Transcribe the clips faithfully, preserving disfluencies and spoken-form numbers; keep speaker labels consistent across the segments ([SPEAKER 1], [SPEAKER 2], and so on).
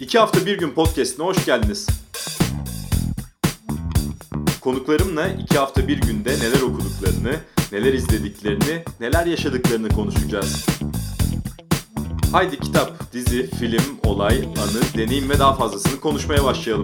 [SPEAKER 1] İki hafta bir gün podcast'ine hoş geldiniz. Konuklarımla iki hafta bir günde neler okuduklarını, neler izlediklerini, neler yaşadıklarını konuşacağız. Haydi kitap, dizi, film, olay, anı, deneyim ve daha fazlasını konuşmaya başlayalım.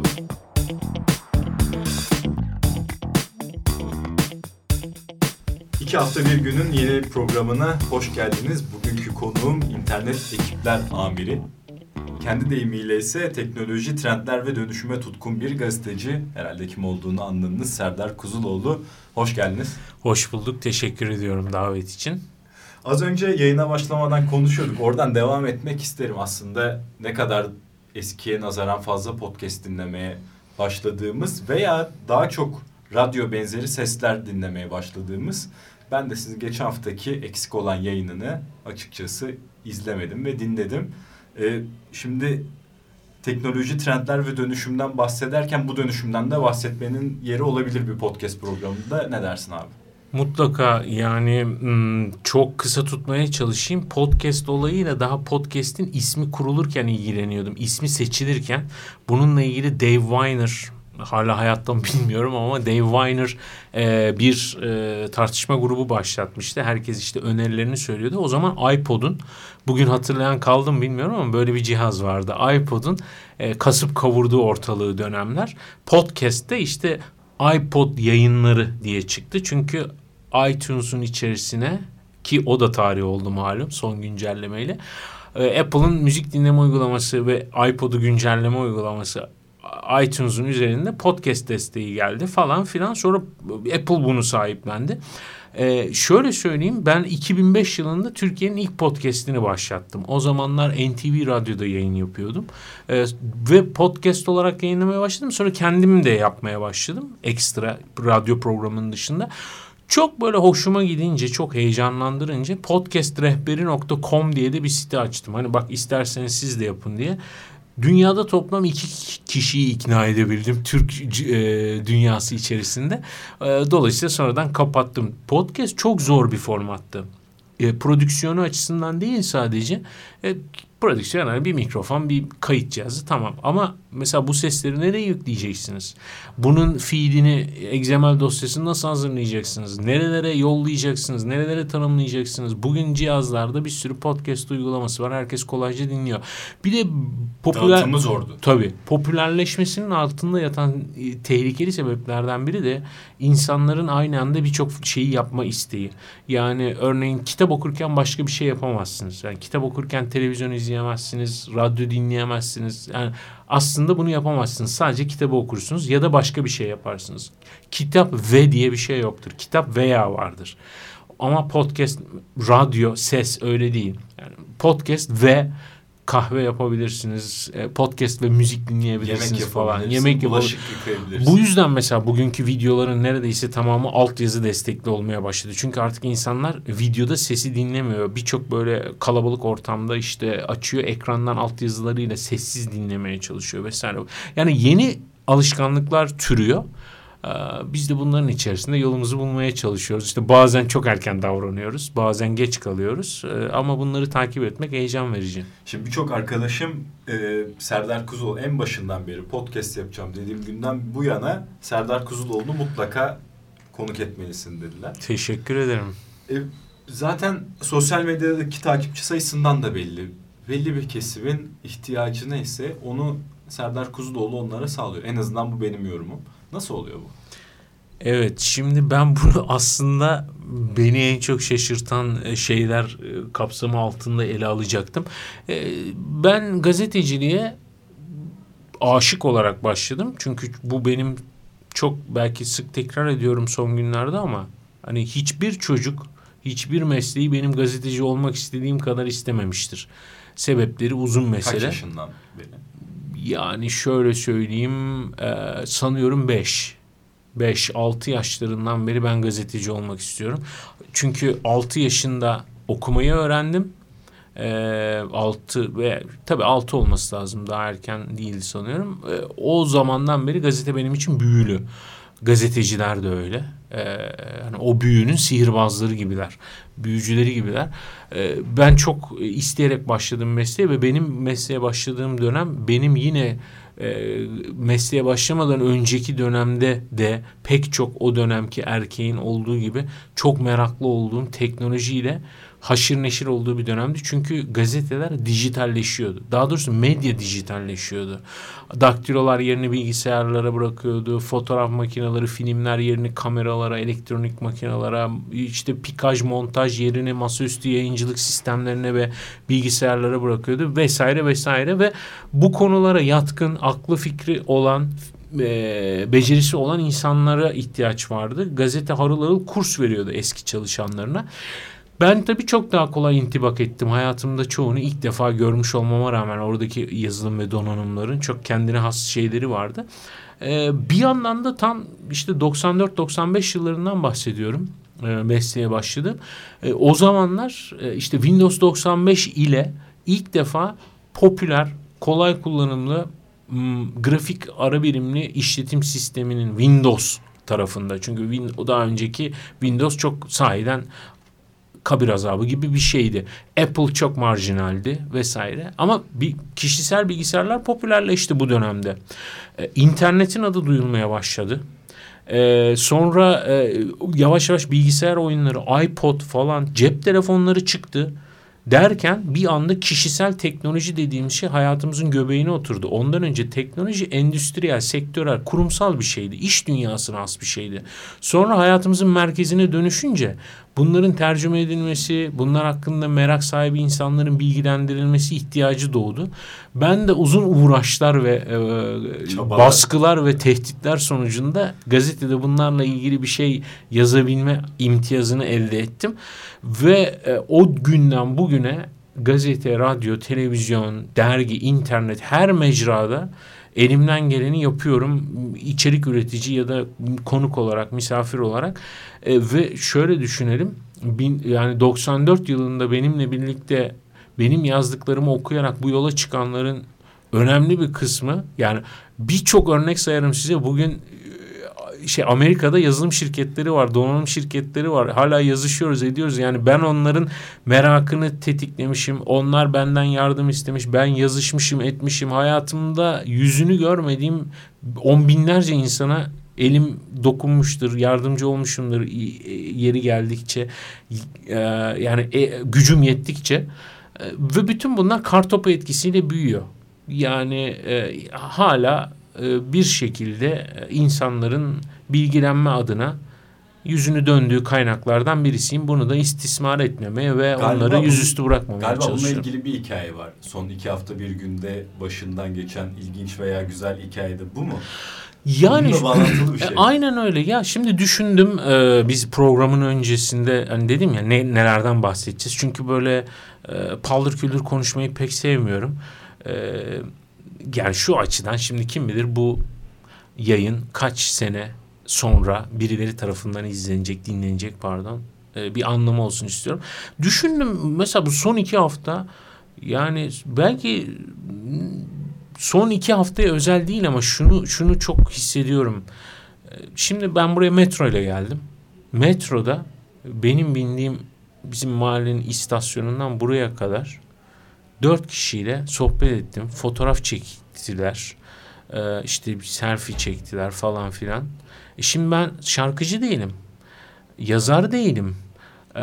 [SPEAKER 1] İki hafta bir günün yeni programına hoş geldiniz. Bugünkü konuğum internet ekipler amiri. Kendi deyimiyle ise teknoloji, trendler ve dönüşüme tutkun bir gazeteci. Herhalde kim olduğunu anladınız. Serdar Kuzuloğlu. Hoş geldiniz.
[SPEAKER 2] Hoş bulduk. Teşekkür ediyorum davet için.
[SPEAKER 1] Az önce yayına başlamadan konuşuyorduk. Oradan devam etmek isterim. Aslında ne kadar eskiye nazaran fazla podcast dinlemeye başladığımız veya daha çok radyo benzeri sesler dinlemeye başladığımız. Ben de sizin geçen haftaki eksik olan yayınını açıkçası izlemedim ve dinledim. Ee, şimdi teknoloji, trendler ve dönüşümden bahsederken bu dönüşümden de bahsetmenin yeri olabilir bir podcast programında. Ne dersin abi?
[SPEAKER 2] Mutlaka, yani çok kısa tutmaya çalışayım. Podcast olayıyla daha podcast'in ismi kurulurken ilgileniyordum. İsmi seçilirken bununla ilgili Dave Winer, hala hayatta mı bilmiyorum ama Dave Winer e, bir e, tartışma grubu başlatmıştı. Herkes işte önerilerini söylüyordu. O zaman iPod'un, bugün hatırlayan kaldı mı bilmiyorum ama böyle bir cihaz vardı. iPod'un e, kasıp kavurduğu ortalığı dönemler. Podcast'te işte iPod yayınları diye çıktı. Çünkü iTunes'un içerisine, ki o da tarihi oldu malum son güncellemeyle, e, Apple'ın müzik dinleme uygulaması ve iPod'u güncelleme uygulaması iTunes'un üzerinde podcast desteği geldi falan filan. Sonra Apple bunu sahiplendi. Ee, şöyle söyleyeyim, ben iki bin beş yılında Türkiye'nin ilk podcast'ini başlattım. O zamanlar N T V Radyo'da yayın yapıyordum. Ee, ve podcast olarak yayınlamaya başladım. Sonra kendim de yapmaya başladım. Ekstra radyo programının dışında. Çok böyle hoşuma gidince, çok heyecanlandırınca podcastrehberi nokta com diye de bir site açtım. Hani bak, isterseniz siz de yapın diye. Dünyada toplam iki kişiyi ikna edebildim Türk e, dünyası içerisinde. E, dolayısıyla sonradan kapattım. Podcast çok zor bir formattı. E, prodüksiyonu açısından değil sadece. E, prodüksiyon yani bir mikrofon, bir kayıt cihazı, tamam. Ama mesela bu sesleri nereye yükleyeceksiniz? Bunun feedini, X M L dosyasını nasıl hazırlayacaksınız? Nerelere yollayacaksınız? Nerelere tanımlayacaksınız? Bugün cihazlarda bir sürü podcast uygulaması var. Herkes kolayca dinliyor. Bir de popüler...
[SPEAKER 1] Dağıtımı zordu.
[SPEAKER 2] Tabii. Popülerleşmesinin altında yatan e, tehlikeli sebeplerden biri de insanların aynı anda birçok şeyi yapma isteği. Yani örneğin kitap okurken başka bir şey yapamazsınız. Yani kitap okurken televizyon izleyemezsiniz, radyo dinleyemezsiniz. Yani aslında bunu yapamazsınız. Sadece kitabı okursunuz ya da başka bir şey yaparsınız. Kitap ve diye bir şey yoktur. Kitap veya vardır. Ama podcast, radyo, ses öyle değil. Yani podcast ve kahve yapabilirsiniz. Podcast ve müzik dinleyebilirsiniz
[SPEAKER 1] yemek
[SPEAKER 2] falan. Yemek yapabilirsiniz. Bu yüzden mesela bugünkü videoların neredeyse tamamı altyazı destekli olmaya başladı. Çünkü artık insanlar videoda sesi dinlemiyor. Birçok böyle kalabalık ortamda işte açıyor, ekrandan altyazılarıyla sessiz dinlemeye çalışıyor vesaire. Yani yeni alışkanlıklar türüyor. Biz de bunların içerisinde yolumuzu bulmaya çalışıyoruz. İşte bazen çok erken davranıyoruz, bazen geç kalıyoruz. Ama bunları takip etmek heyecan verici.
[SPEAKER 1] Şimdi birçok arkadaşım e, Serdar Kuzuloğlu en başından beri podcast yapacağım dediğim günden bu yana Serdar Kuzuloğlu'nu mutlaka konuk etmelisin dediler.
[SPEAKER 2] Teşekkür ederim.
[SPEAKER 1] E, zaten sosyal medyadaki takipçi sayısından da belli. Belli bir kesimin ihtiyacı neyse onu Serdar Kuzuloğlu onlara sağlıyor. En azından bu benim yorumum. Nasıl oluyor bu?
[SPEAKER 2] Evet, şimdi ben bunu aslında beni en çok şaşırtan şeyler kapsamı altında ele alacaktım. Ben gazeteciliğe aşık olarak başladım. Çünkü bu benim, çok belki sık tekrar ediyorum son günlerde ama hani hiçbir çocuk, hiçbir mesleği benim gazeteci olmak istediğim kadar istememiştir. Sebepleri uzun mesele.
[SPEAKER 1] Kaç yaşından beri?
[SPEAKER 2] Yani şöyle söyleyeyim, e, sanıyorum beş. beş altı yaşlarından beri ben gazeteci olmak istiyorum. Çünkü altı yaşında okumayı öğrendim. E, altı ve tabii altı olması lazım, daha erken değildi sanıyorum. E, o zamandan beri gazete benim için büyülü. Gazeteciler de öyle. Ee, yani o büyünün sihirbazları gibiler, büyücüleri gibiler. Ee, ben çok isteyerek başladım mesleğe ve benim mesleğe başladığım dönem benim yine e, mesleğe başlamadan önceki dönemde de pek çok o dönemki erkeğin olduğu gibi çok meraklı olduğum teknolojiyle haşır neşir olduğu bir dönemdi. Çünkü gazeteler dijitalleşiyordu. Daha doğrusu medya dijitalleşiyordu. Daktilolar yerini bilgisayarlara bırakıyordu. Fotoğraf makineleri, filmler yerini kameralara, elektronik makinelere, işte pikaj, montaj yerini masaüstü yayıncılık sistemlerine ve bilgisayarlara bırakıyordu vesaire vesaire ve bu konulara yatkın, aklı fikri olan, E, becerisi olan insanlara ihtiyaç vardı. Gazete harıl harıl kurs veriyordu eski çalışanlarına. Ben tabii çok daha kolay intibak ettim. Hayatımda çoğunu ilk defa görmüş olmama rağmen oradaki yazılım ve donanımların çok kendine has şeyleri vardı. Ee, bir yandan da tam işte doksan dört doksan beş yıllarından bahsediyorum. E, mesleğe başladım. E, o zamanlar e, işte Windows doksan beş ile ilk defa popüler, kolay kullanımlı m, grafik ara birimli işletim sisteminin Windows tarafında. Çünkü win, daha önceki Windows çok sahiden kabir azabı gibi bir şeydi. Apple çok marjinaldi vesaire. Ama bir kişisel bilgisayarlar popülerleşti bu dönemde. Ee, İnternetin adı duyulmaya başladı. Ee, sonra e, yavaş yavaş bilgisayar oyunları, iPod falan, cep telefonları çıktı. Derken bir anda kişisel teknoloji dediğimiz şey hayatımızın göbeğine oturdu. Ondan önce teknoloji endüstriyel, sektörel, kurumsal bir şeydi. İş dünyasına has bir şeydi. Sonra hayatımızın merkezine dönüşünce bunların tercüme edilmesi, bunlar hakkında merak sahibi insanların bilgilendirilmesi ihtiyacı doğdu. Ben de uzun uğraşlar ve e, baskılar ve tehditler sonucunda gazetede bunlarla ilgili bir şey yazabilme imtiyazını elde ettim. Ve e, o günden bugüne gazete, radyo, televizyon, dergi, internet her mecrada elimden geleni yapıyorum. İçerik üretici ya da konuk olarak, misafir olarak. E, ve şöyle düşünelim. Bin, yani doksan dört yılında benimle birlikte benim yazdıklarımı okuyarak bu yola çıkanların önemli bir kısmı, yani birçok örnek sayarım size. Bugün şey Amerika'da yazılım şirketleri var, donanım şirketleri var. Hala yazışıyoruz, ediyoruz. Yani ben onların merakını tetiklemişim. Onlar benden yardım istemiş. Ben yazışmışım, etmişim. Hayatımda yüzünü görmediğim on binlerce insana elim dokunmuştur, yardımcı olmuşumdur yeri geldikçe. Yani gücüm yettikçe. Ve bütün bunlar kartopu etkisiyle büyüyor. Yani hala bir şekilde insanların bilgilenme adına yüzünü döndüğü kaynaklardan birisiyim. Bunu da istismar etmemeye ve galiba onları yüzüstü bırakmamaya
[SPEAKER 1] galiba
[SPEAKER 2] çalışıyorum.
[SPEAKER 1] Galiba bununla ilgili bir hikaye var. Son iki hafta bir günde başından geçen ilginç veya güzel hikaye de bu mu?
[SPEAKER 2] Yani
[SPEAKER 1] bir şey.
[SPEAKER 2] E, aynen öyle. Ya şimdi düşündüm e, biz programın öncesinde hani dedim ya ne, nelerden bahsedeceğiz. Çünkü böyle e, paldır küldür konuşmayı pek sevmiyorum. E, yani şu açıdan şimdi kim bilir bu yayın kaç sene sonra birileri tarafından izlenecek, dinlenecek pardon. E, bir anlamı olsun istiyorum. Düşündüm mesela bu son iki hafta yani belki son iki haftaya özel değil ama şunu şunu çok hissediyorum. Şimdi ben buraya metro ile geldim. Metroda benim bindiğim bizim mahallenin istasyonundan buraya kadar dört kişiyle sohbet ettim. Fotoğraf çektiler. Ee, işte bir selfie çektiler falan filan. E şimdi ben şarkıcı değilim. Yazar değilim. Ee,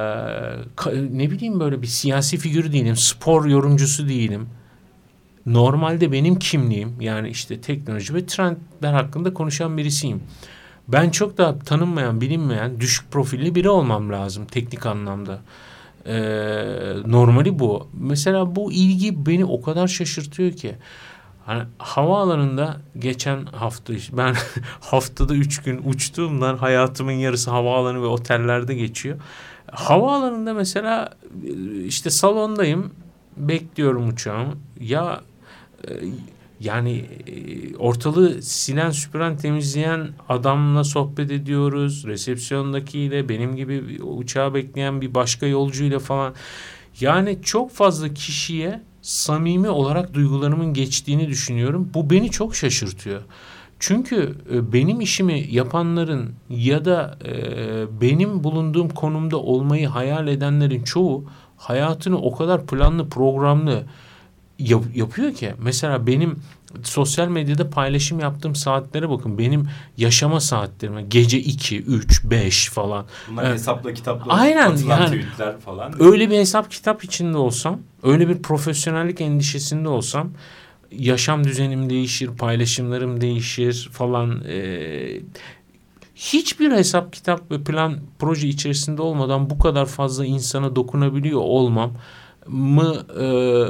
[SPEAKER 2] ne bileyim böyle bir siyasi figür değilim. Spor yorumcusu değilim. Normalde benim kimliğim yani işte teknoloji ve trendler hakkında konuşan birisiyim. Ben çok da tanınmayan, bilinmeyen, düşük profilli biri olmam lazım teknik anlamda. Ee, normali bu. Mesela bu ilgi beni o kadar şaşırtıyor ki. Hani havaalanında geçen hafta ben haftada üç gün uçtuğumdan hayatımın yarısı havaalanı ve otellerde geçiyor. Havaalanında mesela işte salondayım, bekliyorum uçağımı. Ya yani ortalığı silen, süpüren, temizleyen adamla sohbet ediyoruz. Resepsiyondakiyle, benim gibi uçağı bekleyen bir başka yolcuyla falan. Yani çok fazla kişiye samimi olarak duygularımın geçtiğini düşünüyorum. Bu beni çok şaşırtıyor. Çünkü e, benim işimi yapanların ya da e, benim bulunduğum konumda olmayı hayal edenlerin çoğu hayatını o kadar planlı, programlı yap, yapıyor ki. Mesela benim sosyal medyada paylaşım yaptığım saatlere bakın. Benim yaşama saatlerime gece iki, üç, beş falan.
[SPEAKER 1] Bunlar ee, hesapla kitapla
[SPEAKER 2] aynen,
[SPEAKER 1] atılan
[SPEAKER 2] yani,
[SPEAKER 1] tweetler falan.
[SPEAKER 2] Öyle bir hesap kitap içinde olsam, öyle bir profesyonellik endişesinde olsam yaşam düzenim değişir, paylaşımlarım değişir falan. Ee, hiçbir hesap kitap ve plan proje içerisinde olmadan bu kadar fazla insana dokunabiliyor olmam mı e,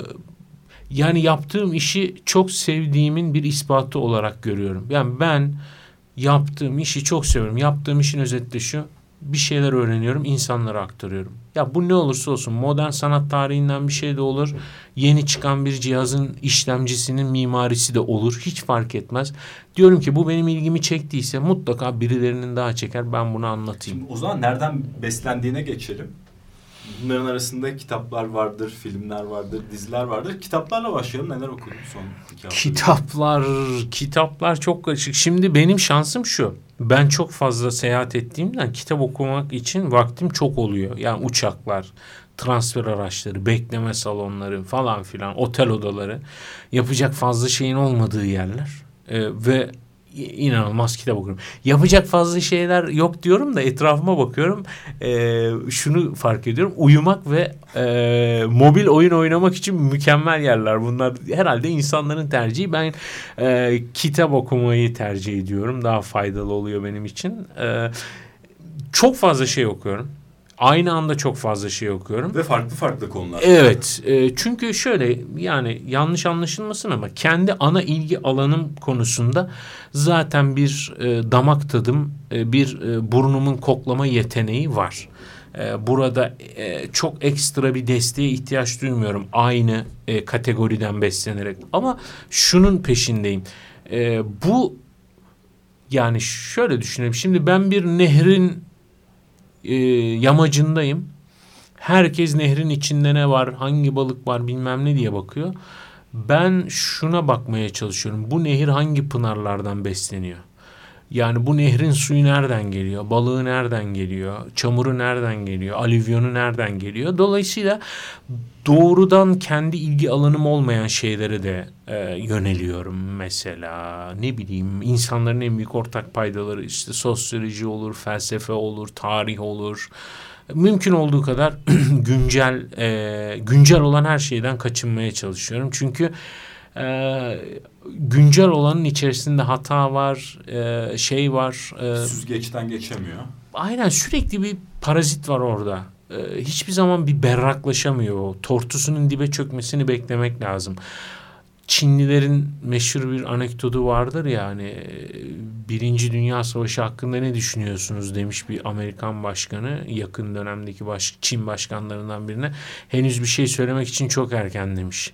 [SPEAKER 2] yani yaptığım işi çok sevdiğimin bir ispatı olarak görüyorum. Yani ben yaptığım işi çok seviyorum. Yaptığım işin özeti de şu: bir şeyler öğreniyorum, insanlara aktarıyorum. Ya bu ne olursa olsun, modern sanat tarihinden bir şey de olur. Yeni çıkan bir cihazın işlemcisinin mimarisi de olur. Hiç fark etmez. Diyorum ki bu benim ilgimi çektiyse mutlaka birilerinin daha çeker. Ben bunu anlatayım.
[SPEAKER 1] Şimdi o zaman nereden beslendiğine geçelim. Bunların arasında kitaplar vardır, filmler vardır, diziler vardır. Kitaplarla başlayalım. Neler okudun son iki haftada?
[SPEAKER 2] Kitaplar, kitaplar çok karışık. Şimdi benim şansım şu: ben çok fazla seyahat ettiğimden kitap okumak için vaktim çok oluyor. Yani uçaklar, transfer araçları, bekleme salonları falan filan, otel odaları, yapacak fazla şeyin olmadığı yerler ee, ve inanılmaz kitap okuyorum. Yapacak fazla şeyler yok diyorum da etrafıma bakıyorum. Ee, şunu fark ediyorum: uyumak ve e, mobil oyun oynamak için mükemmel yerler. Bunlar herhalde insanların tercihi. Ben e, kitap okumayı tercih ediyorum. Daha faydalı oluyor benim için. E, çok fazla şey okuyorum. Aynı anda çok fazla şey okuyorum.
[SPEAKER 1] Ve farklı farklı konular.
[SPEAKER 2] Evet. E, çünkü şöyle, yani yanlış anlaşılmasın ama kendi ana ilgi alanım konusunda zaten bir e, damak tadım, e, bir e, burnumun koklama yeteneği var. E, burada e, çok ekstra bir desteğe ihtiyaç duymuyorum aynı e, kategoriden beslenerek. Ama şunun peşindeyim. E, bu yani şöyle düşünelim. Şimdi ben bir nehrin E, yamacındayım. Herkes nehrin içinde ne var, hangi balık var bilmem ne diye bakıyor. Ben şuna bakmaya çalışıyorum: bu nehir hangi pınarlardan besleniyor? Yani bu nehrin suyu nereden geliyor? Balığı nereden geliyor? Çamuru nereden geliyor? Alüvyonu nereden geliyor? Dolayısıyla doğrudan kendi ilgi alanım olmayan şeylere de e, yöneliyorum. Mesela ne bileyim, insanların en büyük ortak paydaları işte sosyoloji olur, felsefe olur, tarih olur. Mümkün olduğu kadar güncel e, güncel olan her şeyden kaçınmaya çalışıyorum. Çünkü e, güncel olanın içerisinde hata var, e, şey var.
[SPEAKER 1] E, Süzgeçten geçemiyor.
[SPEAKER 2] Aynen, sürekli bir parazit var orada. E, hiçbir zaman bir berraklaşamıyor. Tortusunun dibe çökmesini beklemek lazım. Çinlilerin meşhur bir anekdotu vardır ya, hani Birinci Dünya Savaşı hakkında ne düşünüyorsunuz demiş bir Amerikan başkanı yakın dönemdeki baş, Çin başkanlarından birine. Henüz bir şey söylemek için çok erken demiş.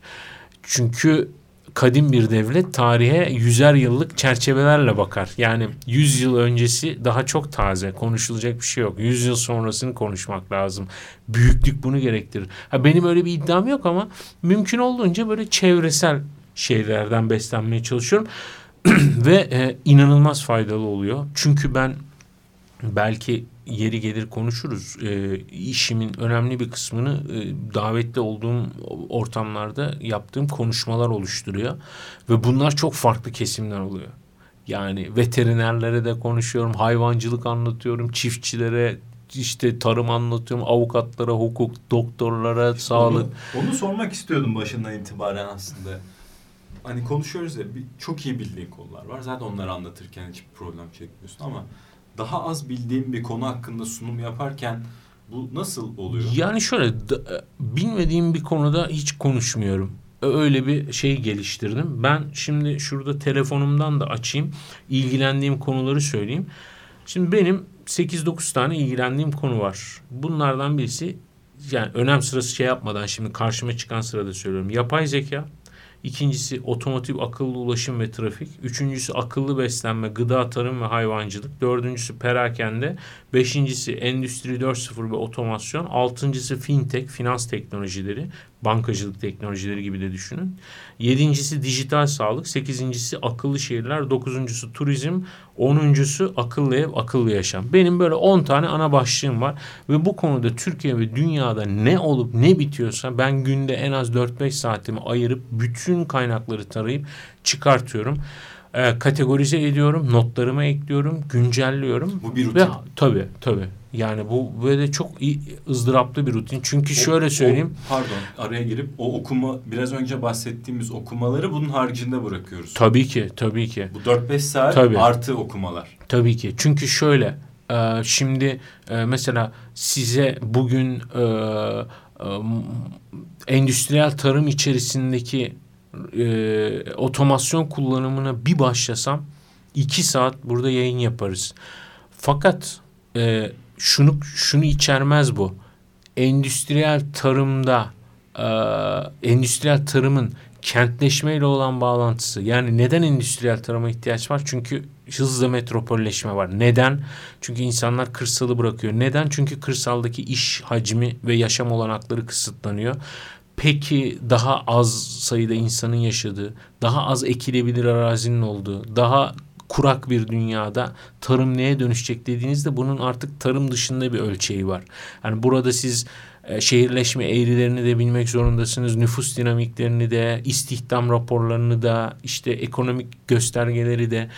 [SPEAKER 2] Çünkü kadim bir devlet tarihe yüzer yıllık çerçevelerle bakar. Yani yüz yıl öncesi daha çok taze, konuşulacak bir şey yok. Yüz yıl sonrasını konuşmak lazım. Büyüklük bunu gerektirir. Ha, benim öyle bir iddiam yok ama mümkün olduğunca böyle çevresel şeylerden beslenmeye çalışıyorum. Ve e, inanılmaz faydalı oluyor. Çünkü ben, belki yeri gelir konuşuruz, e, işimin önemli bir kısmını e, davetli olduğum ortamlarda yaptığım konuşmalar oluşturuyor. Ve bunlar çok farklı kesimler oluyor. Yani veterinerlere de konuşuyorum, hayvancılık anlatıyorum, çiftçilere işte tarım anlatıyorum, avukatlara, hukuk, doktorlara, işte sağlık.
[SPEAKER 1] Onu, onu sormak istiyordum başından itibaren aslında. Hani konuşuyoruz ya, bir, çok iyi bildiğin konular var. Zaten onları anlatırken hiçbir problem çekmiyorsun ama daha az bildiğim bir konu hakkında sunum yaparken bu nasıl oluyor?
[SPEAKER 2] Yani şöyle, da, bilmediğim bir konuda hiç konuşmuyorum. Öyle bir şey geliştirdim. Ben şimdi şurada telefonumdan da açayım, ilgilendiğim konuları söyleyeyim. Şimdi benim sekiz dokuz tane ilgilendiğim konu var. Bunlardan birisi, yani önem sırası şey yapmadan şimdi karşıma çıkan sırada söylüyorum: yapay zeka. İkincisi otomotiv, akıllı ulaşım ve trafik. Üçüncüsü akıllı beslenme, gıda, tarım ve hayvancılık. Dördüncüsü perakende. Beşincisi endüstri dört nokta sıfır ve otomasyon. Altıncısı fintech, finans teknolojileri. Bankacılık teknolojileri gibi de düşünün. Yedincisi dijital sağlık. Sekizincisi akıllı şehirler. Dokuzuncusu turizm. Onuncusu akıllı ev, akıllı yaşam. Benim böyle on tane ana başlığım var. Ve bu konuda Türkiye ve dünyada ne olup ne bitiyorsa ben günde en az dört beş saatimi ayırıp bütün kaynakları tarayıp çıkartıyorum. E, kategorize ediyorum, notlarıma ekliyorum, güncelliyorum.
[SPEAKER 1] Bu bir rutin.
[SPEAKER 2] Ve, tabii tabii. Yani bu böyle çok iyi, ızdıraplı bir rutin. Çünkü o, şöyle söyleyeyim.
[SPEAKER 1] O, pardon araya girip o okuma biraz önce bahsettiğimiz okumaları bunun haricinde bırakıyoruz.
[SPEAKER 2] Tabii ki tabii ki.
[SPEAKER 1] Bu dört beş saat
[SPEAKER 2] tabii.
[SPEAKER 1] Artı okumalar.
[SPEAKER 2] Tabii ki. Çünkü şöyle e, şimdi e, mesela size bugün e, e, endüstriyel tarım içerisindeki e, otomasyon kullanımına bir başlasam iki saat burada yayın yaparız. Fakat e, şunu şunu içermez bu. Endüstriyel tarımda e, endüstriyel tarımın kentleşmeyle olan bağlantısı. Yani neden endüstriyel tarıma ihtiyaç var? Çünkü hızlı metropolleşme var. Neden? Çünkü insanlar kırsalı bırakıyor. Neden? Çünkü kırsaldaki iş hacmi ve yaşam olanakları kısıtlanıyor. Peki daha az sayıda insanın yaşadığı, daha az ekilebilir arazinin olduğu, daha kurak bir dünyada tarım neye dönüşecek dediğinizde bunun artık tarım dışında bir ölçeği var. Yani burada siz e, şehirleşme eğrilerini de bilmek zorundasınız. Nüfus dinamiklerini de, istihdam raporlarını da, işte ekonomik göstergeleri de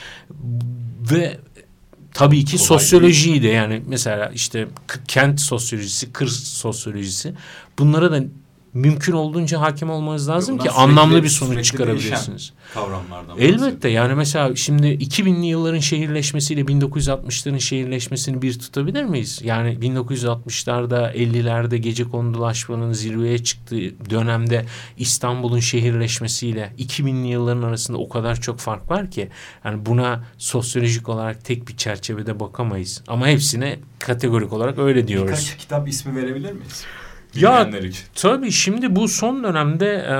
[SPEAKER 2] ve tabii ki kolay sosyolojiyi değil. De yani mesela işte kent sosyolojisi, kır sosyolojisi bunlara da mümkün olduğunca hakim olmanız lazım ki sürekli, anlamlı bir sonuç çıkarabilirsiniz.
[SPEAKER 1] Kavramlardan
[SPEAKER 2] elbette yani mesela şimdi iki binli yılların şehirleşmesiyle bin dokuz yüz altmışların şehirleşmesini bir tutabilir miyiz? Yani bin dokuz yüz altmışlarda ellilerde gecekondulaşmanın zirveye çıktığı dönemde İstanbul'un şehirleşmesiyle iki binli yılların arasında o kadar çok fark var ki yani buna sosyolojik olarak tek bir çerçevede bakamayız. Ama hepsine kategorik olarak öyle diyoruz.
[SPEAKER 1] Birkaç kitap ismi verebilir miyiz?
[SPEAKER 2] Ya tabii şimdi bu son dönemde e,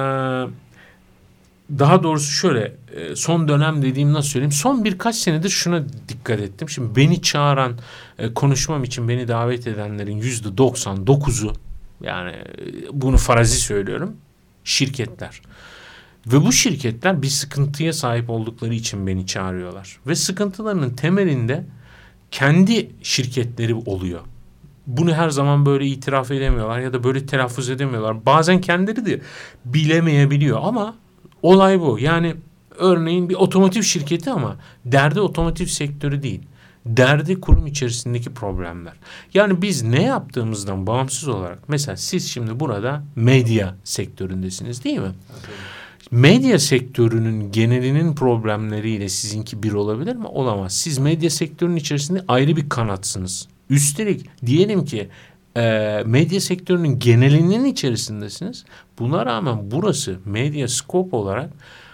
[SPEAKER 2] daha doğrusu şöyle e, son dönem dediğim nasıl söyleyeyim son birkaç senedir şuna dikkat ettim. Şimdi beni çağıran e, konuşmam için beni davet edenlerin yüzde doksan dokuzu yani e, bunu farazi söylüyorum şirketler. Ve bu şirketler bir sıkıntıya sahip oldukları için beni çağırıyorlar. Ve sıkıntılarının temelinde kendi şirketleri oluyor. Bunu her zaman böyle itiraf edemiyorlar ya da böyle telaffuz edemiyorlar. Bazen kendileri de bilemeyebiliyor ama olay bu. Yani örneğin bir otomotiv şirketi ama derdi otomotiv sektörü değil. Derdi kurum içerisindeki problemler. Yani biz ne yaptığımızdan bağımsız olarak mesela siz şimdi burada medya sektöründesiniz değil mi? Evet. Medya sektörünün genelinin problemleriyle sizinki bir olabilir mi? Olamaz. Siz medya sektörünün içerisinde ayrı bir kanatsınız. Üstelik diyelim ki e, medya sektörünün genelinin içerisindesiniz. Buna rağmen burası Medyascope olarak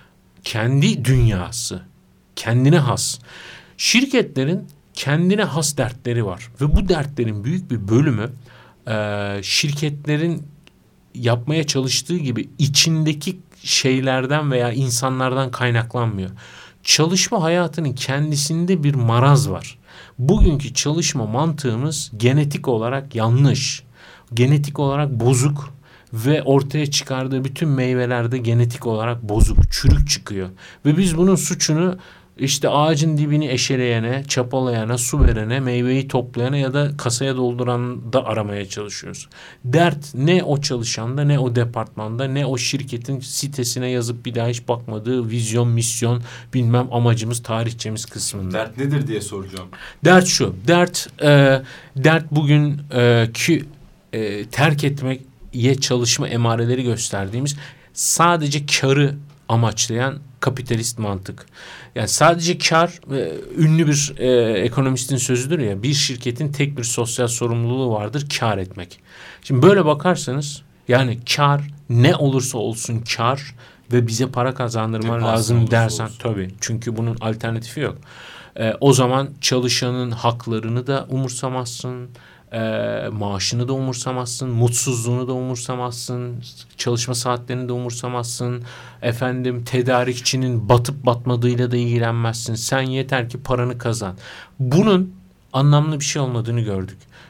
[SPEAKER 2] kendi dünyası, kendine has. Şirketlerin kendine has dertleri var ve bu dertlerin büyük bir bölümü e, şirketlerin yapmaya çalıştığı gibi içindeki şeylerden veya insanlardan kaynaklanmıyor. Çalışma hayatının kendisinde bir maraz var. Bugünkü çalışma mantığımız genetik olarak yanlış, genetik olarak bozuk ve ortaya çıkardığı bütün meyvelerde genetik olarak bozuk, çürük çıkıyor. Ve biz bunun suçunu işte ağacın dibini eşeleyene, çapalayana, su verene, meyveyi toplayana ya da kasaya dolduran da aramaya çalışıyoruz. Dert ne o çalışanda, ne o departmanda, ne o şirketin sitesine yazıp bir daha hiç bakmadığı vizyon, misyon, bilmem amacımız, tarihçemiz kısmında.
[SPEAKER 1] Dert nedir diye soracağım.
[SPEAKER 2] Dert şu, dert e, dert bugün e, ki e, terk etmeye çalışma emareleri gösterdiğimiz sadece karı amaçlayan kapitalist mantık. Yani sadece kar, e, ünlü bir e, ekonomistin sözüdür ya, bir şirketin tek bir sosyal sorumluluğu vardır, kar etmek. Şimdi böyle bakarsanız yani kar ne olursa olsun kar ve bize para kazandırman lazım dersen olsun. Tabii çünkü bunun alternatifi yok. E, o zaman çalışanın haklarını da umursamazsın. E, maaşını da umursamazsın, mutsuzluğunu da umursamazsın, çalışma saatlerini de umursamazsın, efendim tedarikçinin batıp batmadığıyla da ilgilenmezsin. Sen yeter ki paranı kazan. Bunun anlamlı bir şey olmadığını gördük.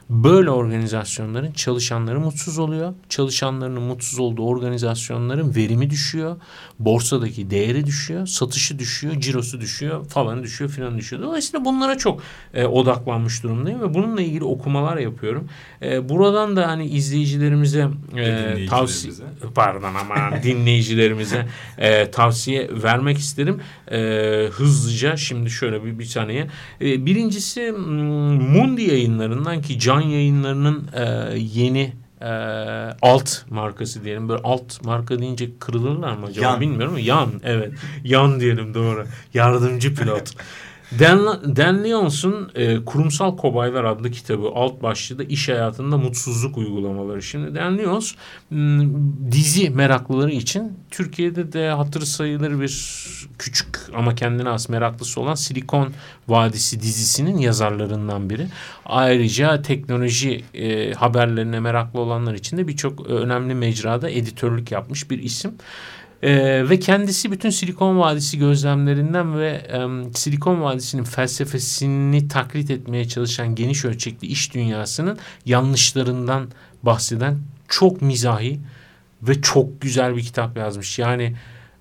[SPEAKER 2] Böyle organizasyonların çalışanları mutsuz oluyor. Çalışanlarının mutsuz olduğu organizasyonların verimi düşüyor. Borsadaki değeri düşüyor. Satışı düşüyor. Cirosu düşüyor. Falan düşüyor filan düşüyor. Dolayısıyla bunlara çok e, odaklanmış durumdayım ve bununla ilgili okumalar yapıyorum. E, buradan da hani izleyicilerimize e, tavsiye pardon ama dinleyicilerimize e, tavsiye vermek isterim. E, hızlıca şimdi şöyle bir, bir saniye. E, birincisi Mundi yayınlarından ki Can Yayınları'nın e, yeni e, alt markası diyelim. Böyle alt marka deyince kırılırlar mı acaba Yan. Bilmiyorum ama Yan evet. Yan diyelim doğru. Yardımcı pilot. Dan, Dan Lyons'un e, Kurumsal Kobaylar adlı kitabı alt başlığı da iş hayatında mutsuzluk uygulamaları. Şimdi Dan Lyons m, dizi meraklıları için Türkiye'de de hatırı sayılır bir küçük ama kendine has meraklısı olan Silikon Vadisi dizisinin yazarlarından biri. Ayrıca teknoloji e, haberlerine meraklı olanlar için de birçok önemli mecrada editörlük yapmış bir isim. Ee, ve kendisi bütün Silikon Vadisi gözlemlerinden ve e, Silikon Vadisi'nin felsefesini taklit etmeye çalışan geniş ölçekli iş dünyasının yanlışlarından bahseden çok mizahi ve çok güzel bir kitap yazmış. Yani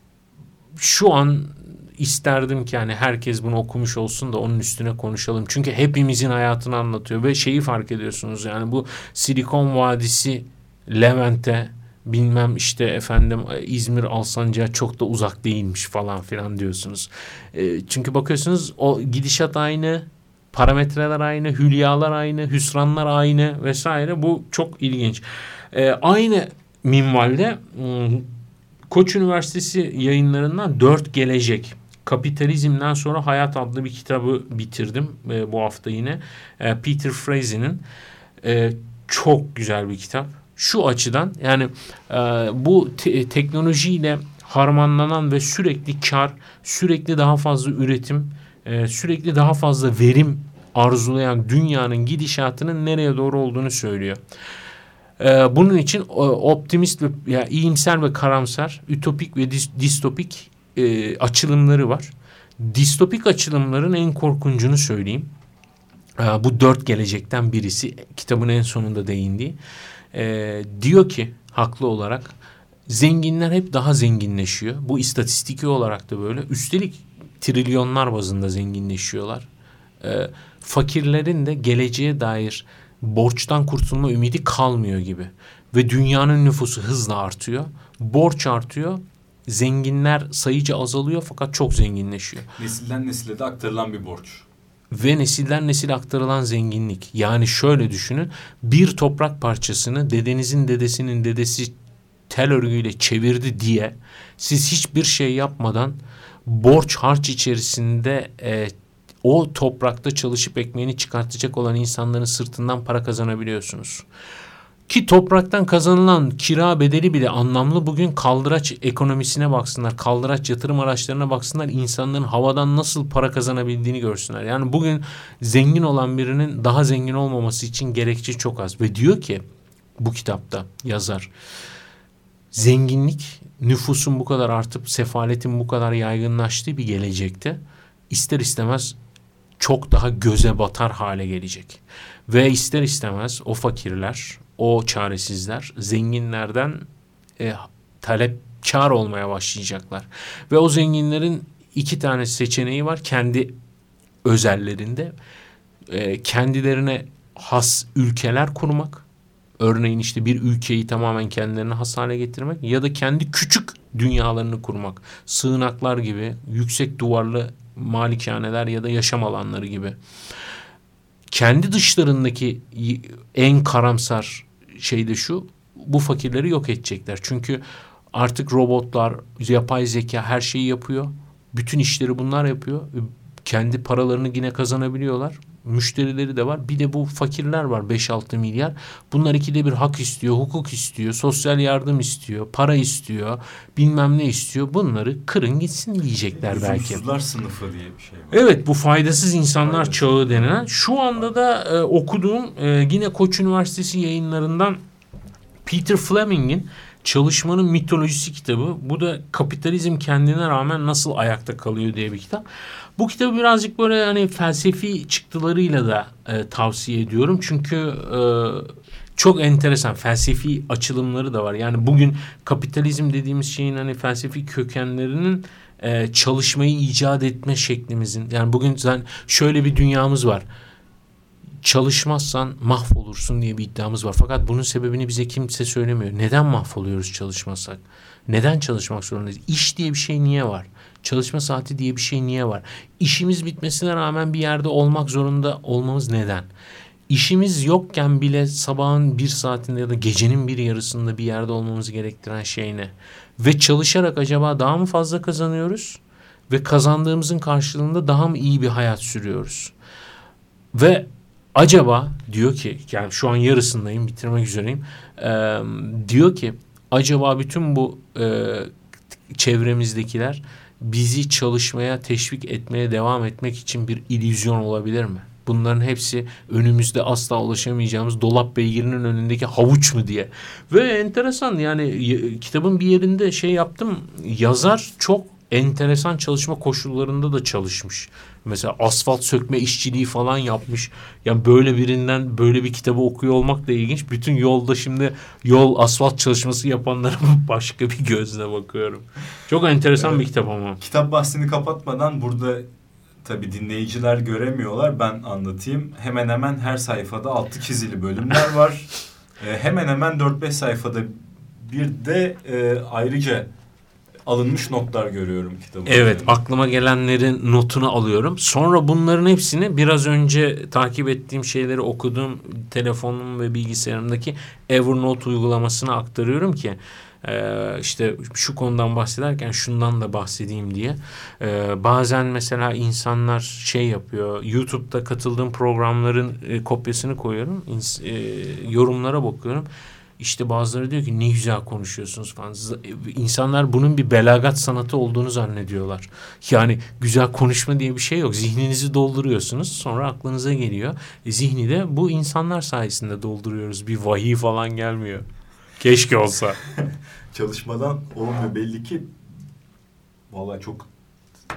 [SPEAKER 2] şu an isterdim ki yani herkes bunu okumuş olsun da onun üstüne konuşalım. Çünkü hepimizin hayatını anlatıyor ve şeyi fark ediyorsunuz yani bu Silikon Vadisi Levent'e bilmem işte efendim İzmir Alsancak'a çok da uzak değilmiş falan filan diyorsunuz. E, çünkü bakıyorsunuz o gidişat aynı, parametreler aynı, hülyalar aynı, hüsranlar aynı vesaire. Bu çok ilginç. E, aynı minvalde Koç Üniversitesi yayınlarından Dört Gelecek. Kapitalizmden sonra Hayat adlı bir kitabı bitirdim e, bu hafta yine. E, Peter Fraser'in e, çok güzel bir kitap. Şu açıdan yani e, bu te- teknolojiyle harmanlanan ve sürekli kar, sürekli daha fazla üretim, e, sürekli daha fazla verim arzulayan dünyanın gidişatının nereye doğru olduğunu söylüyor. E, bunun için e, optimist ve yani iyimser ve karamsar, ütopik ve dis- distopik e, açılımları var. Distopik açılımların en korkuncunu söyleyeyim. E, bu dört gelecekten birisi kitabın en sonunda değindiği. E, diyor ki haklı olarak zenginler hep daha zenginleşiyor. Bu istatistiki olarak da böyle. Üstelik trilyonlar bazında zenginleşiyorlar. E, fakirlerin de geleceğe dair borçtan kurtulma ümidi kalmıyor gibi. Ve dünyanın nüfusu hızla artıyor. Borç artıyor. Zenginler sayıca azalıyor fakat çok zenginleşiyor.
[SPEAKER 1] Nesilden nesile de aktarılan bir borç.
[SPEAKER 2] Ve nesilden nesile aktarılan zenginlik. Yani şöyle düşünün. Bir toprak parçasını dedenizin dedesinin dedesi tel örgüyle çevirdi diye siz hiçbir şey yapmadan borç harç içerisinde e, o toprakta çalışıp ekmeğini çıkartacak olan insanların sırtından para kazanabiliyorsunuz. Ki topraktan kazanılan kira bedeli bile anlamlı. Bugün kaldıraç ekonomisine baksınlar, kaldıraç yatırım araçlarına baksınlar, insanların havadan nasıl para kazanabildiğini görsünler. Yani bugün zengin olan birinin daha zengin olmaması için gerekçe çok az. Ve diyor ki bu kitapta yazar, zenginlik nüfusun bu kadar artıp sefaletin bu kadar yaygınlaştığı bir gelecekte ister istemez çok daha göze batar hale gelecek. Ve ister istemez o fakirler, o çaresizler zenginlerden e, talepkar olmaya başlayacaklar. Ve o zenginlerin iki tane seçeneği var kendi özellerinde. E, kendilerine has ülkeler kurmak. Örneğin işte bir ülkeyi tamamen kendilerine has hale getirmek ya da kendi küçük dünyalarını kurmak. Sığınaklar gibi, yüksek duvarlı malikaneler ya da yaşam alanları gibi. Kendi dışlarındaki en karamsar şey de şu, bu fakirleri yok edecekler. Çünkü artık robotlar, yapay zeka her şeyi yapıyor. Bütün işleri bunlar yapıyor. Kendi paralarını yine kazanabiliyorlar. Müşterileri de var. Bir de bu fakirler var beş altı milyar. Bunlar ikide bir hak istiyor, hukuk istiyor, sosyal yardım istiyor, para istiyor, bilmem ne istiyor. Bunları kırın gitsin diyecekler belki.
[SPEAKER 1] Lüzumsuzlar sınıfı diye bir şey var.
[SPEAKER 2] Evet, bu faydasız insanlar faydasız çağı denilen. Şu anda da e, okuduğum e, yine Koç Üniversitesi yayınlarından Peter Fleming'in Çalışmanın Mitolojisi kitabı. Bu da Kapitalizm Kendine Rağmen Nasıl Ayakta Kalıyor diye bir kitap. Bu kitabı birazcık böyle hani felsefi çıktılarıyla da e, tavsiye ediyorum. Çünkü e, çok enteresan felsefi açılımları da var. Yani bugün kapitalizm dediğimiz şeyin hani felsefi kökenlerinin e, çalışmayı icat etme şeklimizin. Yani bugün zaten şöyle bir dünyamız var. Çalışmazsan mahvolursun diye bir iddiamız var. Fakat bunun sebebini bize kimse söylemiyor. Neden mahvoluyoruz çalışmazsak? Neden çalışmak zorundayız? İş diye bir şey niye var? Çalışma saati diye bir şey niye var? İşimiz bitmesine rağmen bir yerde olmak zorunda olmamız neden? İşimiz yokken bile sabahın bir saatinde ya da gecenin bir yarısında bir yerde olmamızı gerektiren şey ne? Ve çalışarak acaba daha mı fazla kazanıyoruz? Ve kazandığımızın karşılığında daha mı iyi bir hayat sürüyoruz? Ve acaba diyor ki, yani şu an yarısındayım, bitirmek üzereyim. Ee, diyor ki acaba bütün bu e, çevremizdekiler bizi çalışmaya teşvik etmeye devam etmek için bir illüzyon olabilir mi? Bunların hepsi önümüzde asla ulaşamayacağımız dolap beygirinin önündeki havuç mu diye. Ve enteresan, yani kitabın bir yerinde şey yaptım, yazar çok enteresan çalışma koşullarında da çalışmış. Mesela asfalt sökme işçiliği falan yapmış. Yani böyle birinden böyle bir kitabı okuyor olmak da ilginç. Bütün yolda şimdi yol asfalt çalışması yapanlara başka bir gözle bakıyorum. Çok enteresan evet, bir kitap ama.
[SPEAKER 1] Kitap bahsini kapatmadan burada tabii dinleyiciler göremiyorlar. Ben anlatayım. Hemen hemen her sayfada altı çizili bölümler var. e, hemen hemen dört beş sayfada bir de e, ayrıca alınmış notlar görüyorum kitabın.
[SPEAKER 2] Evet, üzerinde. Aklıma gelenlerin notunu alıyorum. Sonra bunların hepsini biraz önce takip ettiğim şeyleri okuduğum telefonum ve bilgisayarımdaki Evernote uygulamasına aktarıyorum ki Ee, işte şu konudan bahsederken şundan da bahsedeyim diye. Ee, bazen mesela insanlar şey yapıyor. YouTube'da katıldığım programların e, kopyasını koyuyorum. İns- e, yorumlara bakıyorum. İşte bazıları diyor ki ne güzel konuşuyorsunuz falan. İnsanlar bunun bir belagat sanatı olduğunu zannediyorlar. Yani güzel konuşma diye bir şey yok. Zihninizi dolduruyorsunuz. Sonra aklınıza geliyor. E, zihni de bu insanlar sayesinde dolduruyoruz. Bir vahiy falan gelmiyor. Keşke olsa.
[SPEAKER 1] Çalışmadan olmuyor belli ki. Vallahi çok e,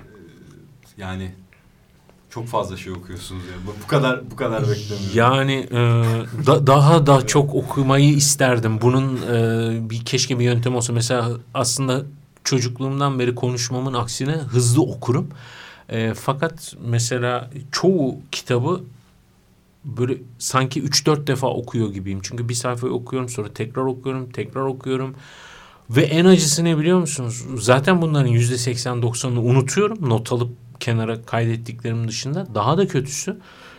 [SPEAKER 1] yani çok fazla şey okuyorsunuz yani. Bu kadar bu kadar beklemiyorum.
[SPEAKER 2] Yani e, da, daha da çok okumayı isterdim. Bunun e, bir keşke bir yöntem olsa. Mesela aslında çocukluğumdan beri konuşmamın aksine hızlı okurum. E, fakat mesela çoğu kitabı böyle sanki üç dört defa okuyor gibiyim. Çünkü bir sayfayı okuyorum, sonra tekrar okuyorum, tekrar okuyorum. Ve en acısı ne biliyor musunuz? Zaten bunların yüzde seksen doksanını unutuyorum. Not alıp kenara kaydettiklerimin dışında. Daha da kötüsü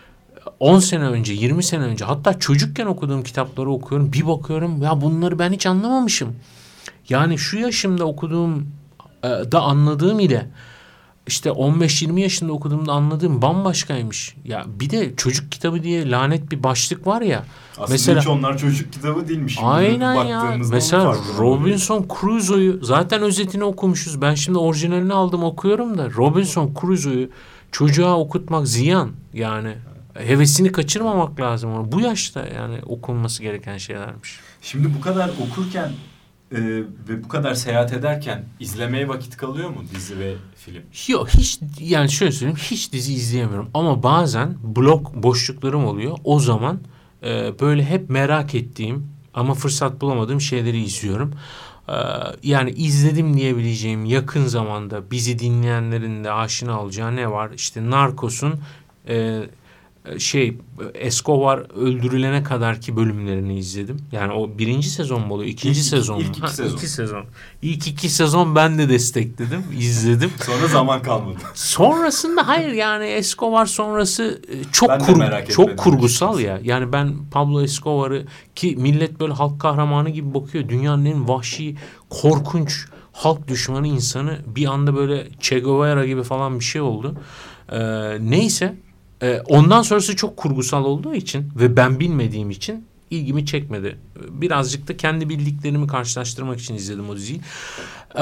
[SPEAKER 2] on sene önce, yirmi sene önce, hatta çocukken okuduğum kitapları okuyorum. Bir bakıyorum ya bunları ben hiç anlamamışım. Yani şu yaşımda okuduğum da anladığım ile işte on beş yirmi yaşında okuduğumda anladığım bambaşkaymış. Ya bir de çocuk kitabı diye lanet bir başlık var ya.
[SPEAKER 1] Aslında mesela, hiç onlar çocuk kitabı değilmiş.
[SPEAKER 2] Aynen ya. Mesela Robinson Crusoe'yu zaten özetini okumuşuz. Ben şimdi orijinalini aldım okuyorum da Robinson Crusoe'yu çocuğa okutmak ziyan. Yani hevesini kaçırmamak lazım onu. Bu yaşta yani okunması gereken şeylermiş.
[SPEAKER 1] Şimdi bu kadar okurken e, ve bu kadar seyahat ederken izlemeye vakit kalıyor mu dizi ve film?
[SPEAKER 2] Yok hiç, yani şöyle söyleyeyim, hiç dizi izleyemiyorum. Ama bazen blok boşluklarım oluyor. O zaman e, böyle hep merak ettiğim ama fırsat bulamadığım şeyleri izliyorum. E, yani izledim diyebileceğim yakın zamanda bizi dinleyenlerin de aşina olacağı ne var? İşte Narcos'un e, şey Escobar öldürülene kadarki bölümlerini izledim. Yani o birinci sezon mu oluyor? İkinci
[SPEAKER 1] ilk,
[SPEAKER 2] sezon mu?
[SPEAKER 1] İlk iki
[SPEAKER 2] ha,
[SPEAKER 1] sezon.
[SPEAKER 2] İki sezon. İlk iki sezon ben de destekledim. izledim.
[SPEAKER 1] Sonra zaman kalmadı.
[SPEAKER 2] Sonrasında hayır yani Escobar sonrası çok kur, çok kurgusal ya. Yani ben Pablo Escobar'ı ki millet böyle halk kahramanı gibi bakıyor. Dünyanın en vahşi, korkunç halk düşmanı insanı bir anda böyle Che Guevara gibi falan bir şey oldu. Ee, neyse ondan sonrası çok kurgusal olduğu için ve ben bilmediğim için ilgimi çekmedi. Birazcık da kendi bildiklerimi karşılaştırmak için izledim o diziyi. Ee,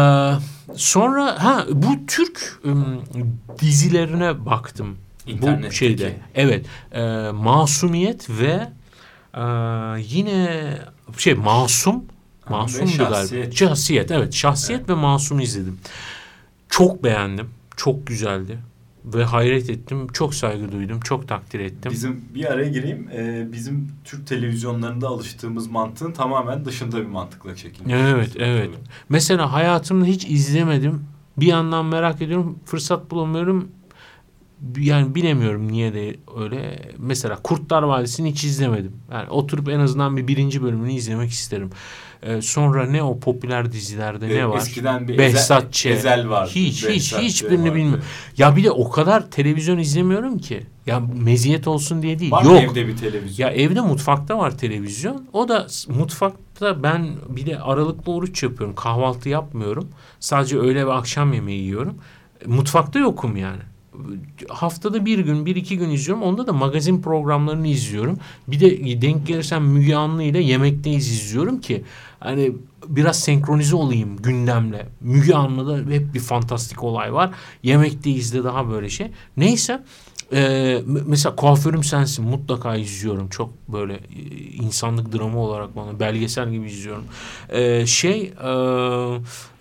[SPEAKER 2] sonra ha bu Türk ım, dizilerine baktım. Bu şeyde. Evet. E, Masumiyet ve e, yine şey Masum Masum'du galiba. Şahsiyet, evet. Şahsiyet evet. ve Masum'u izledim. Çok beğendim. Çok güzeldi. Ve hayret ettim. Çok saygı duydum. Çok takdir ettim.
[SPEAKER 1] Bizim bir araya gireyim. Ee, bizim Türk televizyonlarında alıştığımız mantığın tamamen dışında bir mantıkla çekilmiş.
[SPEAKER 2] Evet, evet. Tabii. Mesela hayatımda hiç izlemedim. Bir yandan merak ediyorum. Fırsat bulamıyorum. Yani bilemiyorum niye de öyle. Mesela Kurtlar Vadisi'ni hiç izlemedim. Yani oturup en azından bir birinci bölümünü izlemek isterim. Ee, sonra ne o popüler dizilerde ee, ne var?
[SPEAKER 1] Eskiden bir
[SPEAKER 2] Behzat Ç.
[SPEAKER 1] Ezel vardı.
[SPEAKER 2] Hiç
[SPEAKER 1] Behzat
[SPEAKER 2] hiç hiçbirini bilmiyorum. Ya bir de o kadar televizyon izlemiyorum ki. Ya meziyet olsun diye değil.
[SPEAKER 1] Var
[SPEAKER 2] Yok.
[SPEAKER 1] mı evde bir televizyon?
[SPEAKER 2] Ya evde mutfakta var televizyon. O da mutfakta ben bir de aralıklı oruç yapıyorum. Kahvaltı yapmıyorum. Sadece öğle ve akşam yemeği yiyorum. Mutfakta yokum yani. Haftada bir gün, bir iki gün izliyorum. Onda da magazin programlarını izliyorum. Bir de denk gelirsem Müge Anlı ile Yemekteyiz izliyorum ki hani biraz senkronize olayım gündemle. Müge Anlı'da hep bir fantastik olay var. Yemekteyiz'de daha böyle şey. Neyse e, mesela Kuaförüm Sensin mutlaka izliyorum. Çok böyle e, insanlık dramı olarak bana belgesel gibi izliyorum. E, şey e,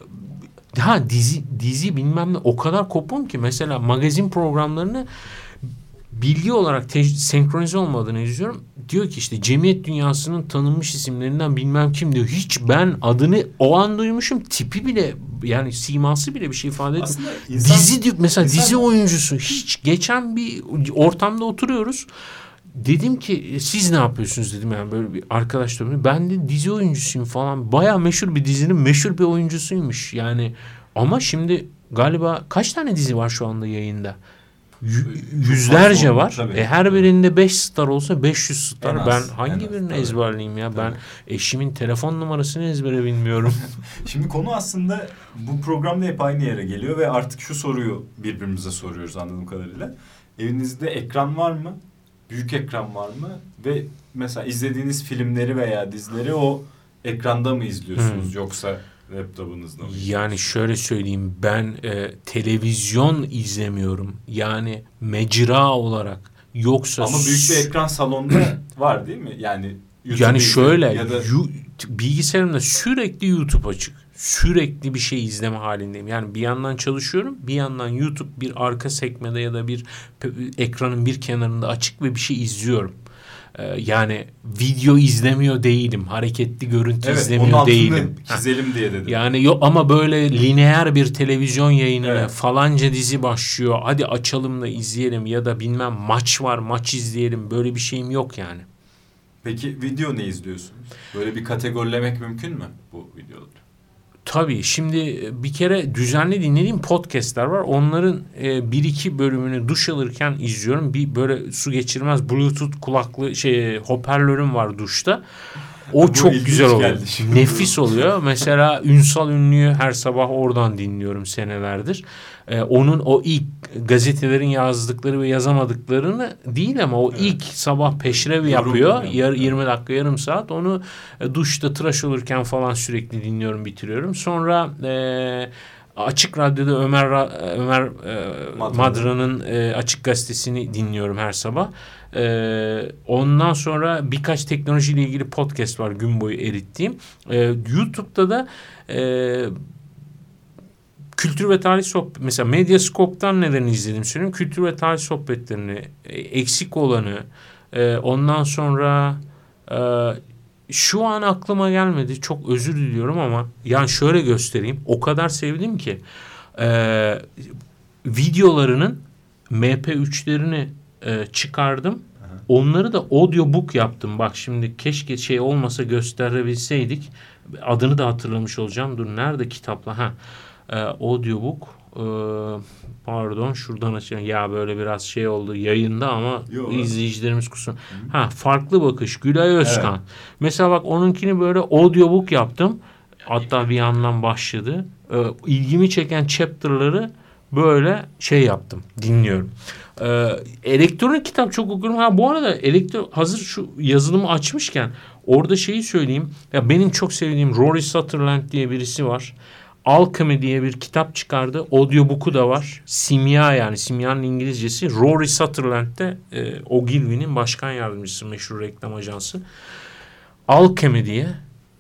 [SPEAKER 2] Ha dizi dizi bilmem ne o kadar kopum ki mesela magazin programlarını bilgi olarak te- senkronize olmadığını izliyorum. Diyor ki işte cemiyet dünyasının tanınmış isimlerinden bilmem kim diyor. Hiç ben adını o an duymuşum. Tipi bile yani siması bile bir şey ifade etmiyor. Dizi diyor mesela insan... dizi oyuncusu. Hiç geçen bir ortamda oturuyoruz. Dedim ki siz ne yapıyorsunuz dedim yani böyle bir arkadaşlarım. Ben de dizi oyuncusuyum falan. Bayağı meşhur bir dizinin meşhur bir oyuncusuymuş. Yani ama şimdi galiba kaç tane dizi var şu anda yayında? Y- yüzlerce var. Tabii, e her tabii. birinde beş star olsa beş yüz star. Az, ben hangi birini az, ezberleyeyim ya? Tabii. Ben eşimin telefon numarasını ezbere bilmiyorum.
[SPEAKER 1] Şimdi konu aslında bu programda hep aynı yere geliyor ve artık şu soruyu birbirimize soruyoruz anladığım kadarıyla. Evinizde ekran var mı? Büyük ekran var mı? Ve mesela izlediğiniz filmleri veya dizileri o ekranda mı izliyorsunuz hmm. yoksa laptopunuzda mı?
[SPEAKER 2] Yani şöyle söyleyeyim ben e, televizyon izlemiyorum. Yani mecra olarak yoksa...
[SPEAKER 1] Ama büyük bir ekran salonda var değil mi? Yani
[SPEAKER 2] YouTube'da yani şöyle ya da... yu, bilgisayarımda sürekli YouTube açık. Sürekli bir şey izleme halindeyim. Yani bir yandan çalışıyorum, bir yandan YouTube bir arka sekmede ya da bir ekranın bir kenarında açık ve bir şey izliyorum. Ee, yani video izlemiyor değilim. Hareketli görüntü evet, izlemiyor değilim.
[SPEAKER 1] Çizelim diye dedim.
[SPEAKER 2] Yani yok ama böyle lineer bir televizyon yayınına evet. falanca dizi başlıyor. Hadi açalım da izleyelim ya da bilmem maç var, maç izleyelim. Böyle bir şeyim yok yani.
[SPEAKER 1] Peki video ne izliyorsunuz? Böyle bir kategorilemek mümkün mü bu videoları?
[SPEAKER 2] Tabii şimdi bir kere düzenli dinlediğim podcastler var. Onların e, bir iki bölümünü duş alırken izliyorum. Bir böyle su geçirmez Bluetooth kulaklı şey hoparlörüm var duşta. O bu çok güzel oluyor. Nefis oluyor. Mesela Ünsal Ünlü'yü her sabah oradan dinliyorum senelerdir. Ee, onun o ilk gazetelerin yazdıkları ve yazamadıklarını değil ama o evet. ilk sabah peşrevi yapıyor. Yar, yirmi dakika yarım saat. Onu e, duşta tıraş olurken falan sürekli dinliyorum bitiriyorum. Sonra e, Açık Radyo'da Ömer Ömer e, Madra'nın e, Açık Gazetesi'ni dinliyorum her sabah. Ee, ondan sonra birkaç teknolojiyle ilgili podcast var gün boyu erittiğim. Ee, YouTube'da da e, kültür ve tarih sohbet mesela Medyascope'tan neden izledim söyleyeyim. Kültür ve tarih sohbetlerini e, eksik olanı e, ondan sonra e, şu an aklıma gelmedi. Çok özür diliyorum ama yani şöyle göstereyim. O kadar sevdim ki e, videolarının M P üçlerini e, çıkardım. Aha. Onları da audiobook yaptım. Bak şimdi keşke şey olmasa gösterebilseydik. Adını da hatırlamış olacağım. Dur nerede kitapla? Ha. E, audiobook e, pardon şuradan açayım. Ya böyle biraz şey oldu yayında ama Yo, izleyicilerimiz kusun. Ha farklı bakış Gülay Özkan. Evet. Mesela bak onunkini böyle audiobook yaptım. Hatta bir yandan başladı. E, ilgimi çeken chapter'ları böyle şey yaptım. Dinliyorum. Ee, elektronik kitap çok okuyorum. Ha bu arada elektro hazır şu yazılımı açmışken orada şeyi söyleyeyim. Ya benim çok sevdiğim Rory Sutherland diye birisi var. Alchemy diye bir kitap çıkardı. Audiobook'u da var. Simya yani simyanın İngilizcesi. Rory Sutherland de e, Ogilvy'nin başkan yardımcısı meşhur reklam ajansı. Alchemy diye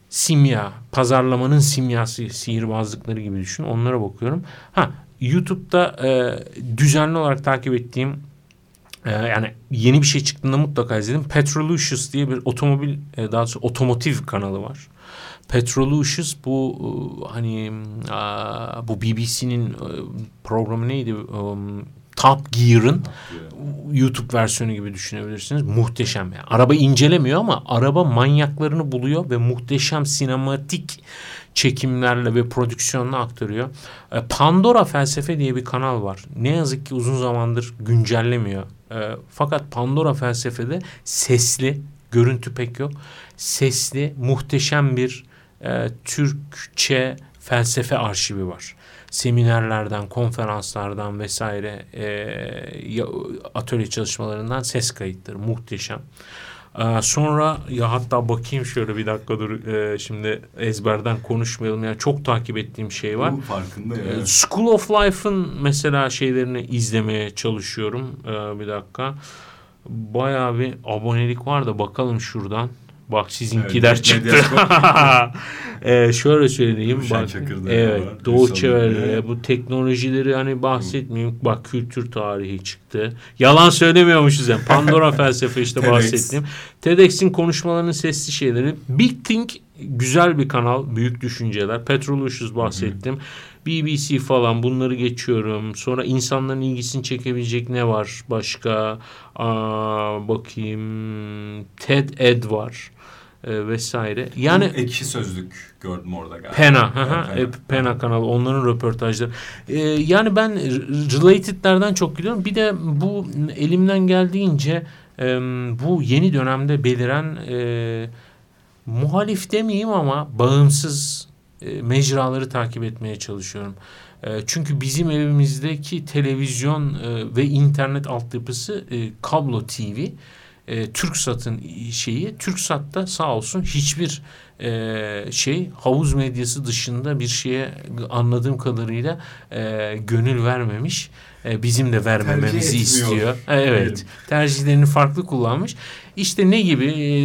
[SPEAKER 2] simya, pazarlamanın simyası, sihirbazlıkları gibi düşün. Onlara bakıyorum. Ha, YouTube'da e, düzenli olarak takip ettiğim, e, yani yeni bir şey çıktığında mutlaka izledim. Petrolucious diye bir otomobil, e, daha doğrusu otomotiv kanalı var. Petrolucious bu e, hani a, bu B B C'nin e, programı neydi? Um, Top Gear'ın YouTube versiyonu gibi düşünebilirsiniz. Muhteşem yani. Araba incelemiyor ama araba manyaklarını buluyor ve muhteşem sinematik çekimlerle ve prodüksiyonla aktarıyor. Pandora Felsefe diye bir kanal var. Ne yazık ki uzun zamandır güncellemiyor. Fakat Pandora Felsefe'de sesli, görüntü pek yok. Sesli, muhteşem bir e, Türkçe felsefe arşivi var. Seminerlerden, konferanslardan vesaire e, atölye çalışmalarından ses kayıtları muhteşem. E, sonra ya hatta bakayım şöyle bir dakika dur e, şimdi ezberden konuşmayalım yani çok takip ettiğim şey var.
[SPEAKER 1] Bu farkında ya.
[SPEAKER 2] E, School of Life'ın mesela şeylerini izlemeye çalışıyorum. E, bir dakika. Bayağı bir abonelik var da bakalım şuradan. Bak sizinkiler evet, çıktı. ee, şöyle söyleyeyim. Bak, evet, Doğu Çevre bu teknolojileri hani bahsetmeyeyim. Bak kültür tarihi çıktı. Yalan söylemiyormuşuz yani. Pandora Felsefe işte bahsettiğim. TEDx'in konuşmalarının sesli şeyleri. Big Think güzel bir kanal. Büyük düşünceler. Petrolucious bahsettim. Hı-hı. B B C falan bunları geçiyorum. Sonra insanların ilgisini çekebilecek ne var başka? Aa, bakayım. TED Ed var. E, vesaire. Yani
[SPEAKER 1] Ekşi Sözlük gördüm orada galiba.
[SPEAKER 2] Pena, aha, Pena. Pena kanalı, onların röportajları. E, yani ben related'lerden çok gidiyorum. Bir de bu elimden geldiğince e, bu yeni dönemde beliren e, muhalif demeyeyim ama bağımsız e, mecraları takip etmeye çalışıyorum. E, çünkü bizim evimizdeki televizyon e, ve internet altyapısı e, kablo T V. E, TürkSat'ın şeyi, TürkSat'ta sağ olsun hiçbir e, şey havuz medyası dışında bir şeye anladığım kadarıyla e, gönül vermemiş. E, bizim de vermememizi istiyor. E, evet. Tercihlerini farklı kullanmış. İşte ne gibi? E,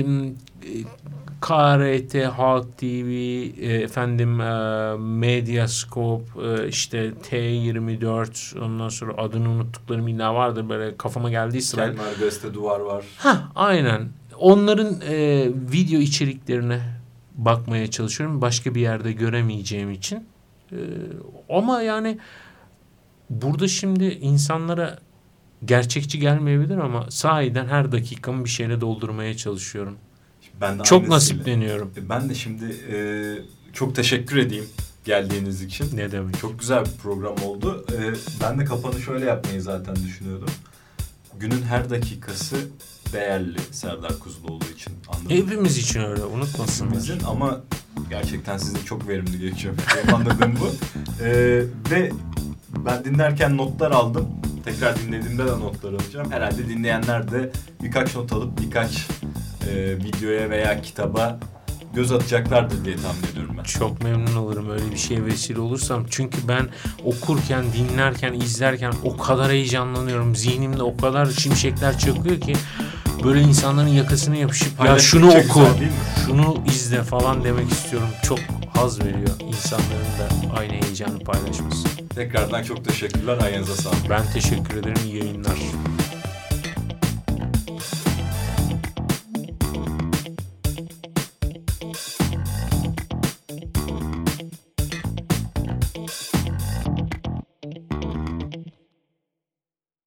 [SPEAKER 2] K R T, Halk T V, e, efendim e, Medyascope, e, işte T yirmi dört, ondan sonra adını unuttuklarım illa vardır böyle kafama geldiği sıra.
[SPEAKER 1] Kelmar Gazete Duvar var.
[SPEAKER 2] Ha, aynen. Onların e, video içeriklerine bakmaya çalışıyorum. Başka bir yerde göremeyeceğim için. E, ama yani burada şimdi insanlara gerçekçi gelmeyebilir ama sahiden her dakikamı bir şeyle doldurmaya çalışıyorum.
[SPEAKER 1] Ben de
[SPEAKER 2] çok nasipleniyorum.
[SPEAKER 1] Ben de şimdi e, çok teşekkür edeyim geldiğiniz için.
[SPEAKER 2] Ne demek?
[SPEAKER 1] Çok güzel bir program oldu. E, ben de kapanışı öyle yapmayı zaten düşünüyordum. Günün her dakikası değerli Serdar Kuzuloğlu için. Anladım.
[SPEAKER 2] Hepimiz için öyle, unutmasınlar.
[SPEAKER 1] Hepimizin ama gerçekten sizin çok verimli geçiyor. Benim anladığım bu. E, ve ben dinlerken notlar aldım. Tekrar dinlediğimde de notlar alacağım. Herhalde dinleyenler de birkaç not alıp birkaç e, videoya veya kitaba göz atacaklardır diye tahmin ediyorum ben.
[SPEAKER 2] Çok memnun olurum öyle bir şeye vesile olursam. Çünkü ben okurken, dinlerken, izlerken o kadar heyecanlanıyorum. Zihnimde o kadar şimşekler çakıyor ki böyle insanların yakasına yapışıp ya şunu oku, şunu izle falan demek istiyorum. Çok haz veriyor insanların da aynı heyecanı paylaşması.
[SPEAKER 1] Tekrardan çok teşekkürler. Ayağınıza sağlık.
[SPEAKER 2] Ben teşekkür ederim. İyi yayınlar.